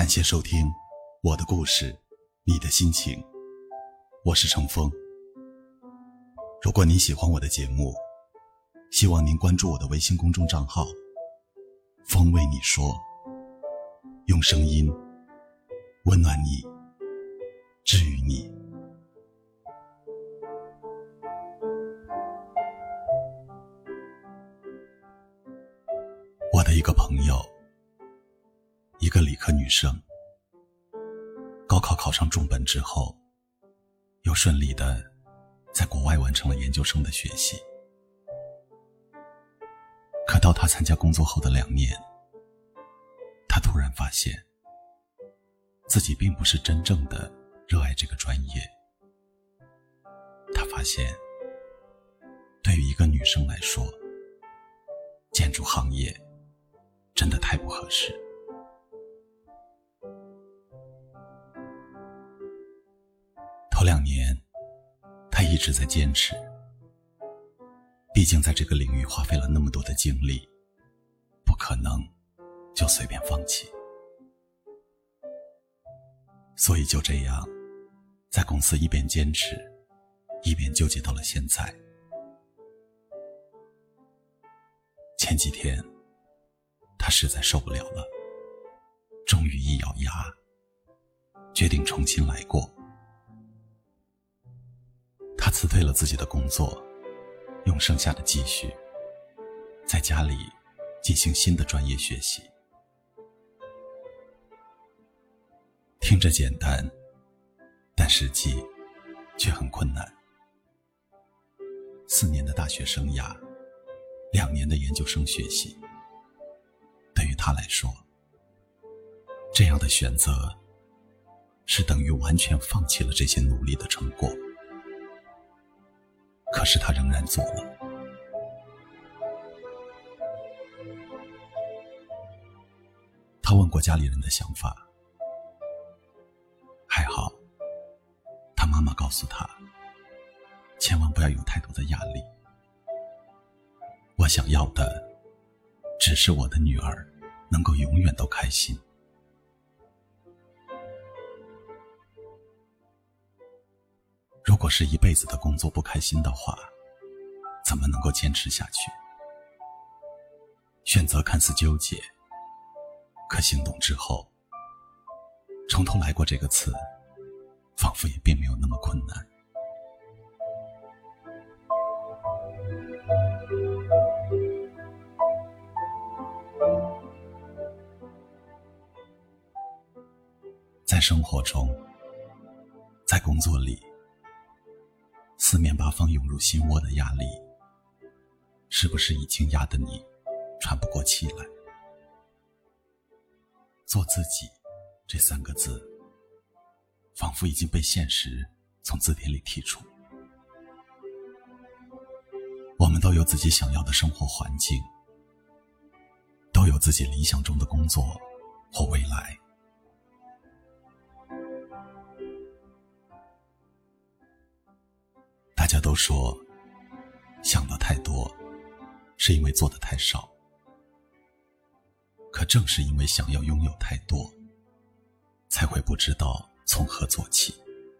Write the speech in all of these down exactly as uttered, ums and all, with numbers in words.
感谢收听我的故事，你的心情，我是程峰。如果您喜欢我的节目，希望您关注我的微信公众账号风为你说，用声音温暖你，治愈你。我的一个朋友，一个理科女生，高考考上重本之后，又顺利的在国外完成了研究生的学习。可到她参加工作后的两年，她突然发现自己并不是真正的热爱这个专业。她发现对于一个女生来说，建筑行业真的太不合适。头两年她一直在坚持，毕竟在这个领域花费了那么多的精力，不可能就随便放弃。所以就这样，在公司一边坚持，一边纠结到了现在。前几天他实在受不了了，终于一咬牙，决定重新来过。他辞退了自己的工作，用剩下的积蓄在家里进行新的专业学习。听着简单，但实际却很困难。四年的大学生涯，两年的研究生学习，对于他来说，这样的选择是等于完全放弃了这些努力的成果。可是他仍然做了。他问过家里人的想法，还好他妈妈告诉他，千万不要有太多的压力，我想要的只是我的女儿能够永远都开心。如果是一辈子的工作不开心的话，怎么能够坚持下去？选择看似纠结，可行动之后，从头来过这个词仿佛也并没有那么困难。在生活中，在工作里，四面八方涌入心窝的压力，是不是已经压得你喘不过气来？做自己这三个字，仿佛已经被现实从字典里剔除。我们都有自己想要的生活环境，都有自己理想中的工作或未来。大家都说，想的太多，是因为做的太少。可正是因为想要拥有太多，才会不知道从何做起。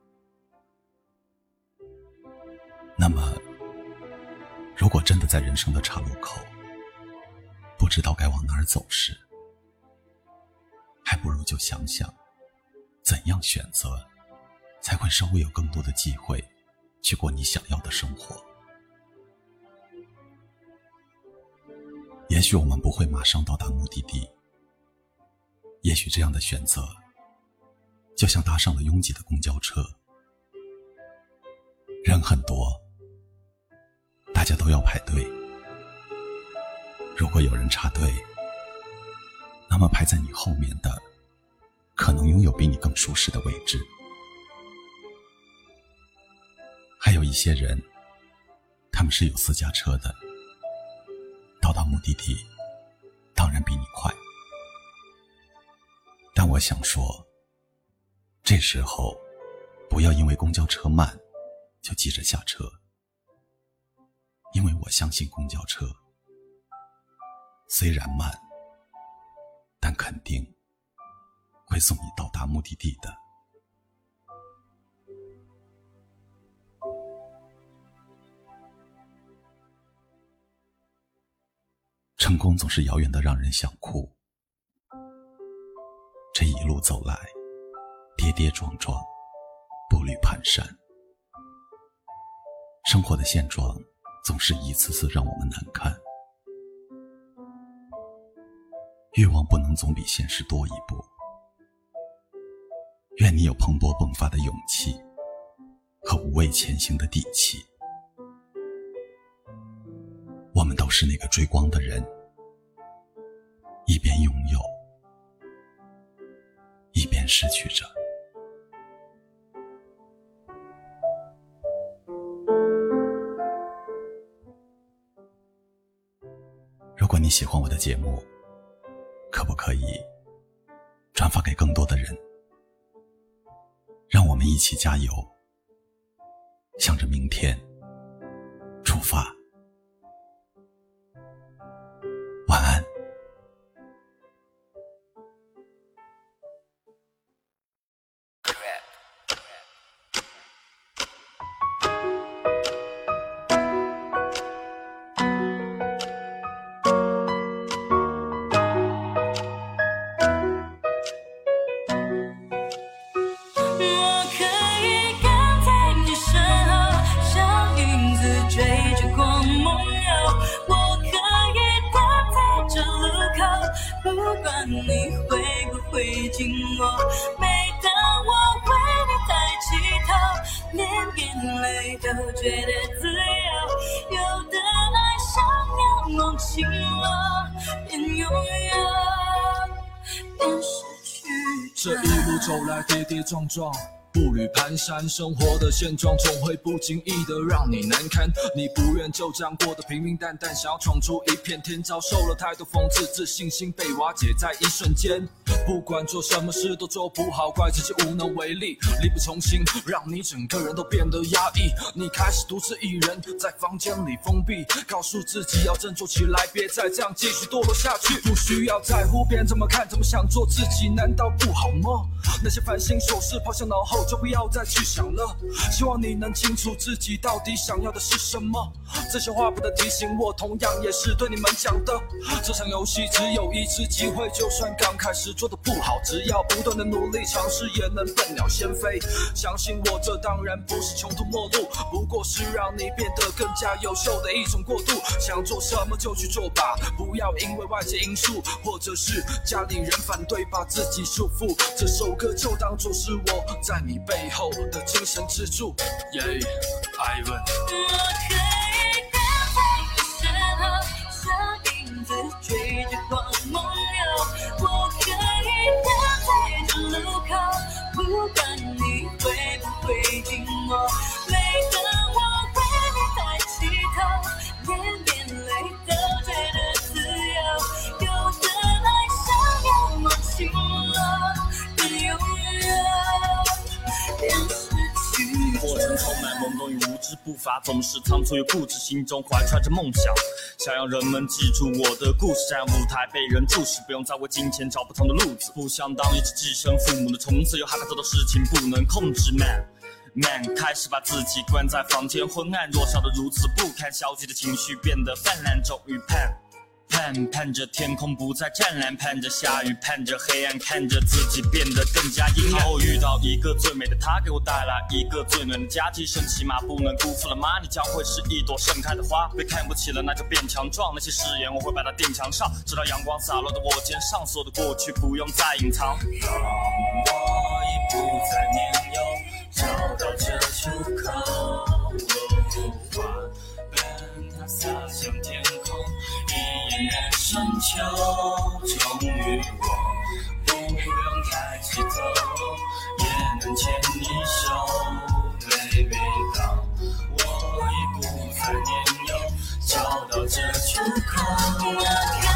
那么，如果真的在人生的岔路口，不知道该往哪儿走时，还不如就想想，怎样选择，才会稍微有更多的机会去过你想要的生活。也许我们不会马上到达目的地，也许这样的选择就像搭上了拥挤的公交车，人很多，大家都要排队。如果有人插队，那么排在你后面的可能拥有比你更舒适的位置。还有一些人，他们是有私家车的，到达目的地当然比你快。但我想说，这时候不要因为公交车慢就急着下车，因为我相信公交车虽然慢，但肯定会送你到达目的地的。成功总是遥远的让人想哭，这一路走来，跌跌撞撞，步履蹒跚，生活的现状总是一次次让我们难堪。欲望不能总比现实多一步，愿你有蓬勃迸发的勇气和无畏前行的底气。我们都是那个追光的人，一边拥有，一边失去着。如果你喜欢我的节目，可不可以转发给更多的人，让我们一起加油，向着明天出发。晚安。 不管你会不会经过，每当我为你抬起头，连眼泪都觉得自由。有的爱想要弄清了，边拥有边失去。 这一路走来跌跌撞撞，步履蹒跚，生活的现状总会不经意的让你难堪。你不愿就这样过得平平淡淡，想要闯出一片天，遭受了太多讽刺，自信心被瓦解在一瞬间。不管做什么事都做不好，怪自己无能为力，力不从心，让你整个人都变得压抑。你开始独自一人在房间里封闭，告诉自己要振作起来，别再这样继续堕落下去。不需要在乎别人怎么看，怎么想做自己，难道不好吗？那些烦心琐事抛向脑后，就不要再去想了。希望你能清楚自己到底想要的是什么。这些话不得提醒我，同样也是对你们讲的。这场游戏只有一次机会，就算刚开始做的不好，只要不断的努力尝试，也能笨鸟先飞。相信我，这当然不是穷途末路，不过是让你变得更加优秀的一种过渡。想做什么就去做吧，不要因为外界因素或者是家里人反对把自己束缚。这首歌就当作是我在你背后的精神支柱。耶、yeah, Ivan。 我可以跟在你身后，像影子追着光梦游。我可以等在这路口，不管你会不会经过。每当我为你抬起头，连眼泪都觉得自由。有的爱想要弄清了，边拥有边失去。 过程充满懵懂与无知，步伐总是仓促又固执，心中怀揣着梦想，想要人们记住我的故事，站舞台被人注视，不用再为金钱找不同的路子，不想当一只寄生父母的虫子，又害怕做的事情不能控制。Man Man 开始把自己关在房间，昏暗弱小的如此不堪，消极的情绪变得泛滥，终于盼盼盼着天空不再湛蓝，盼着下雨，盼着黑暗，看着自己变得更加阴暗。偶遇到一个最美的她，给我带来一个最暖的家，寄生起码不能辜负了妈，你将会是一朵盛开的花。被看不起了那就变强壮，那些誓言我会把它钉墙上，直到阳光洒落的我肩上，所有的过去不用再隐藏。 当我已不再年幼，找到这出口， 花瓣它洒向天空，一眼深秋，终于我不用抬起头，也能牵你手 ，Baby， 当我已不再年幼，找到这出口。